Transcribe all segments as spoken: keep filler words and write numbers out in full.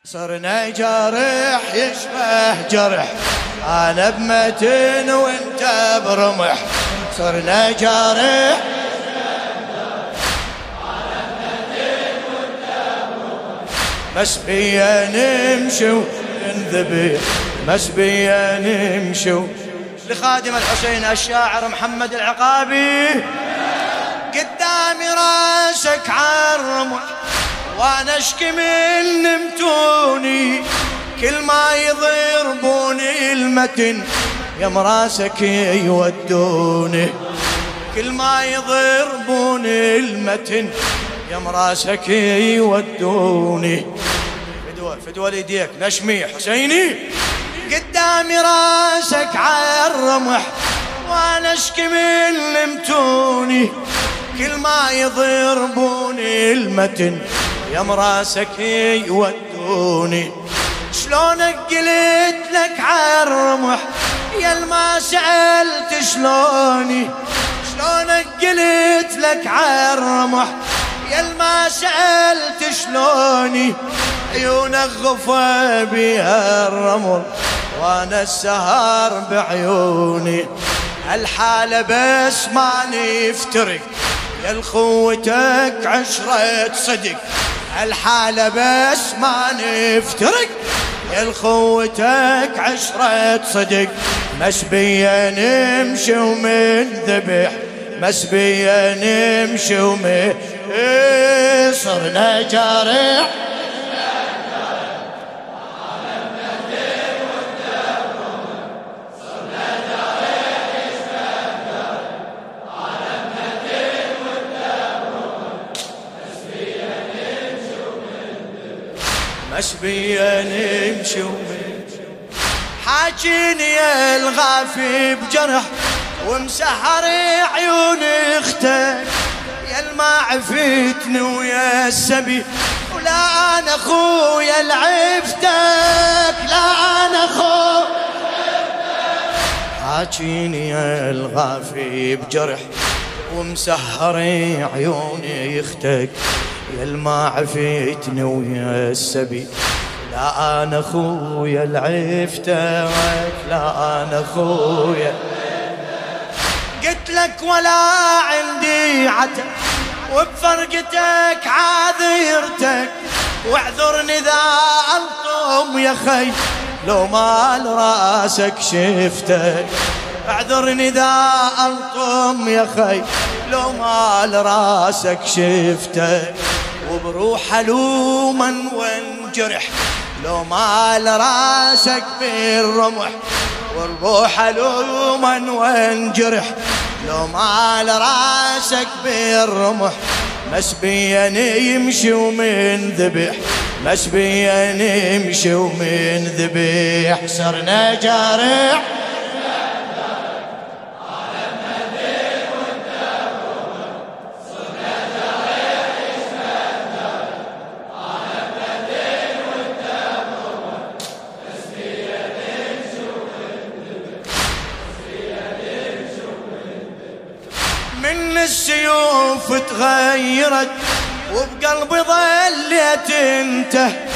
صرنا جارح يشبه جرح، أنا بمتن وانت برمح. صرنا جارح بس بيا نمشي ونذبح، بس بيا نمشي. لخادم الحسين الشاعر محمد العقابي. قدامي راسك عالرمح وانا اشكي من نمتوني، كل ما يضربوني المتن يا مراسك يودوني، كل ما يضربوني المتن يا مراسك يودوني. فدوى فدوى ليديك نشمي حسيني. قدامي راسك عالرمح وانا اشكي من نمتوني، كل ما يضربوني المتن يا مراسك يودوني. شلونك قلت لك عالرمح يا ما سألت شلوني، شلونك قلت لك عالرمح يا ما سألت شلوني. عيونك غفى بها الرمل وانا السهر بعيوني، الحالة بس ما نفترق يا لخوتك عشرة صدق، الحالة بس ما نفترق يا لخوتك عشرة صدق. مس بيا نمشي ومن ذبح، مس بيا نمشي ومن إيه. صرنا جارح بس بيا نمشي ومشي. حاجيني يا الغافي بجرح ومسحر عيون اختك، يا الما عفتني ويا السبي ولا انا اخويا لعفتك، لا انا اخويا. حاجيني يا الغافي بجرح ومسحر عيوني اختك، يا الما عفيتني ويا السبي لا انا اخويا لعفتك، لا انا اخويا. قلت لك ولا عندي عتب وبفرقتك عاذرتك، واعذرني ذا الطم يا خي لو مال راسك شفتك، اعذرني ذا الطم يا خي لو مال راسك شفتك. وبروح الوما وانجرح لو مال راسك بالرمح، والروح الوما وانجرح لو مال راسك بالرمح. مس بيا نمشي ومن ذبح، مس بيا نمشي ومن ذبح. صرنا جارح من السيوف تغيرت وبقلبي ظليت انت.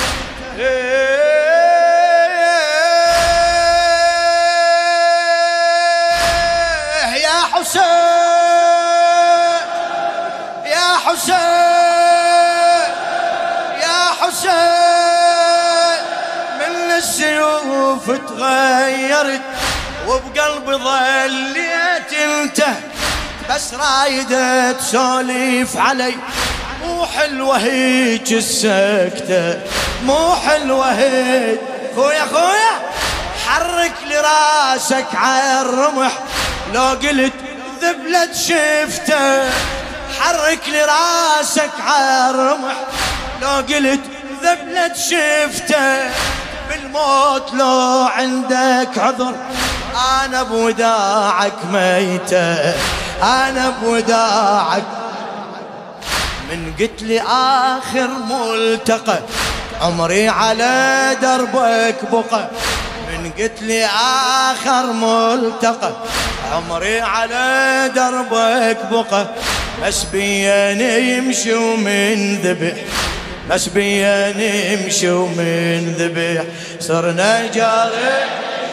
يا حسين يا حسين يا حسين، من السيوف تغيرت وبقلبي ظليت انت. بس رايدة تسولف علي مو حلوة هيج السكتة، مو حلوة هيج. خويا خويا حرك لي راسك عالرمح لو قلت ذبلت شفته، حرك لي راسك عالرمح لو قلت ذبلت شفته. بالموت لو عندك عذر أنا بوداعك ميتة، أنا بوداعك. من قلت لي آخر ملتقى عمري على دربك بقى، من قلت لي آخر ملتقى عمري على دربك بقى. بس بيا نمشي ومن ذبح، بس بيا نمشي ومن ذبح صرنا جارح.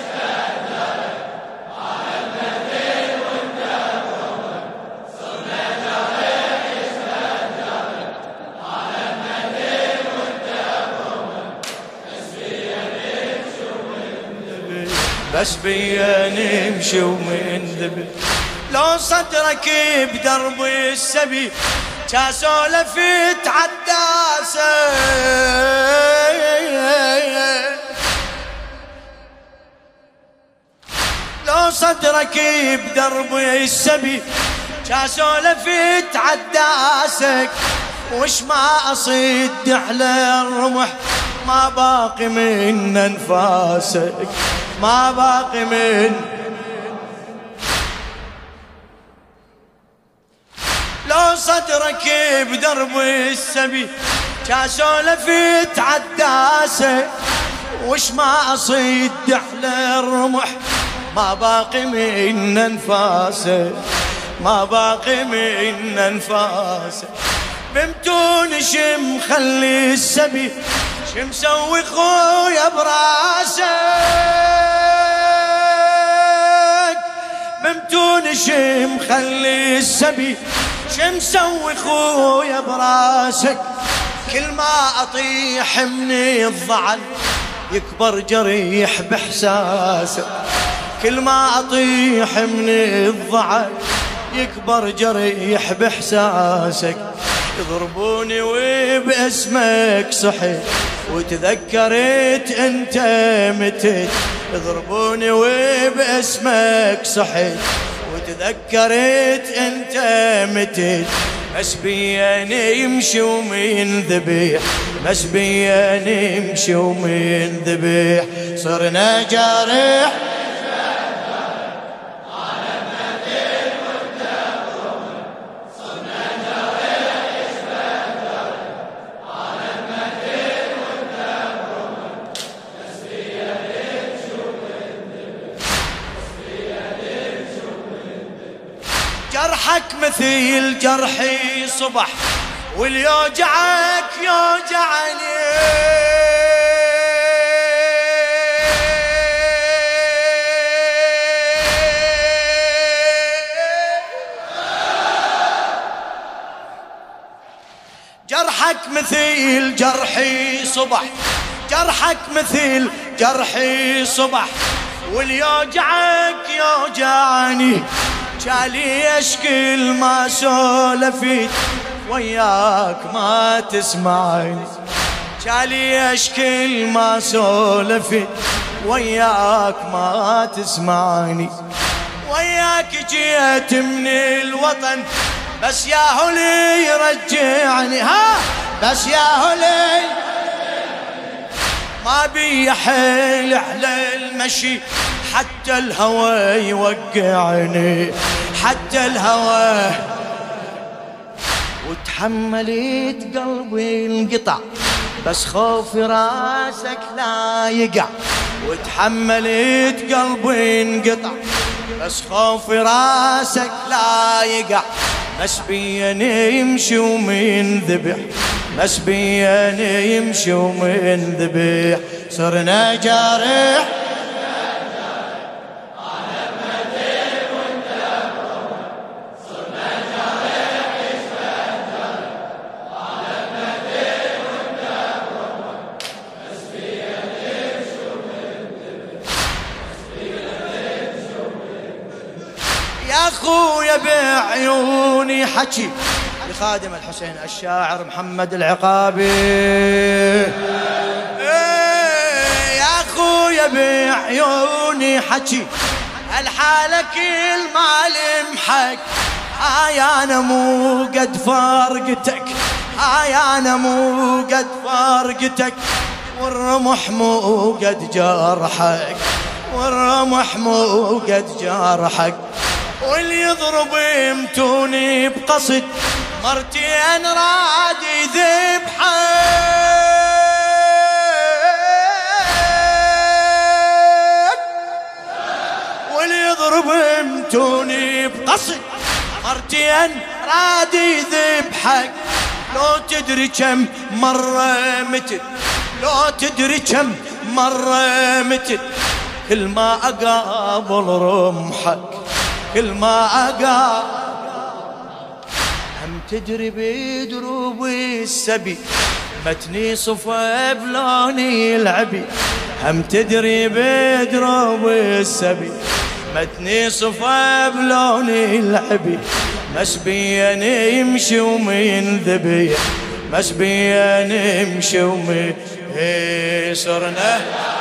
بس بيا نمشي ومن ذبح لو صدرك بدرب السبي كاسولفت عداسة لو صدرك بدرب السبي كاسولفت عداسك وش ما أصد على الرمح ما باقي من أنفاسك ما باقي من لو صدرك بدرب السبي كاسولفت عداسة وش ما أصيد على الرمح ما باقي من أنفاسه ما باقي من أنفاسه. بمتون شم خلي السبي شم سوي خويا براسك بمتون شم خلي السبي شم سوي خويا براسك كل ما أطيح من الضعن يكبر جريح بإحساسك كل ما أطيح من الضعن يكبر جريح بإحساسك. يضربوني وباسمك صحيت وتذكرت انت متت يضربوني وباسمك صحيت وتذكرت انت متت بس بيا نمشي ومن ذبيح بس بيا نمشي ومن ذبيح صرنا جارح جرحك مثيل جرحي صبح واليوجعك يوجعني جرحك مثيل جرحي صبح جرحك مثيل جرحي صبح واليوجعك يوجعني جالي اشكل ما سولفت وياك ما تسمعني جالي اشكل ما سولفت وياك ما تسمعني وياك جيت من الوطن بس يا هلي رجعني ها بس يا هلي ما بي حيل على المشي حتى الهوى يوقعني حتى الهوى وتحملت قلبي انقطع بس خوف راسك لا يقع وتحملت قلبي انقطع بس خوف راسك لا يقع بس بيا نمشي ومن ذبح بس بيا نمشي ومن ذبح صرنا جارح يا اخويا بعيوني حكي لخادم الحسين الشاعر محمد العقابي يا اخويا بعيوني حكي الحالة كل ما لمحك هاي انا مو قد فارقتك هاي انا مو قد فارقتك والرمح مو قد جرحك والرمح مو قد جرحك واللي يضرب يمتوني بقصد مرتين راد يذبحك واللي يضرب يمتوني بقصد مرتين راد يذبحك لو تدري كم مرة متت، لو تدري كم مرة متت، كل ما أقابل رمحك، كل ما أقابل. هم تدري بدروب السبي متني صفا بلوني العبي، هم تدري بدروب السبي متني صفا بلوني العبي، مسبيا يمشي ومن ذبي، مسبيا يمشي ومن صرنا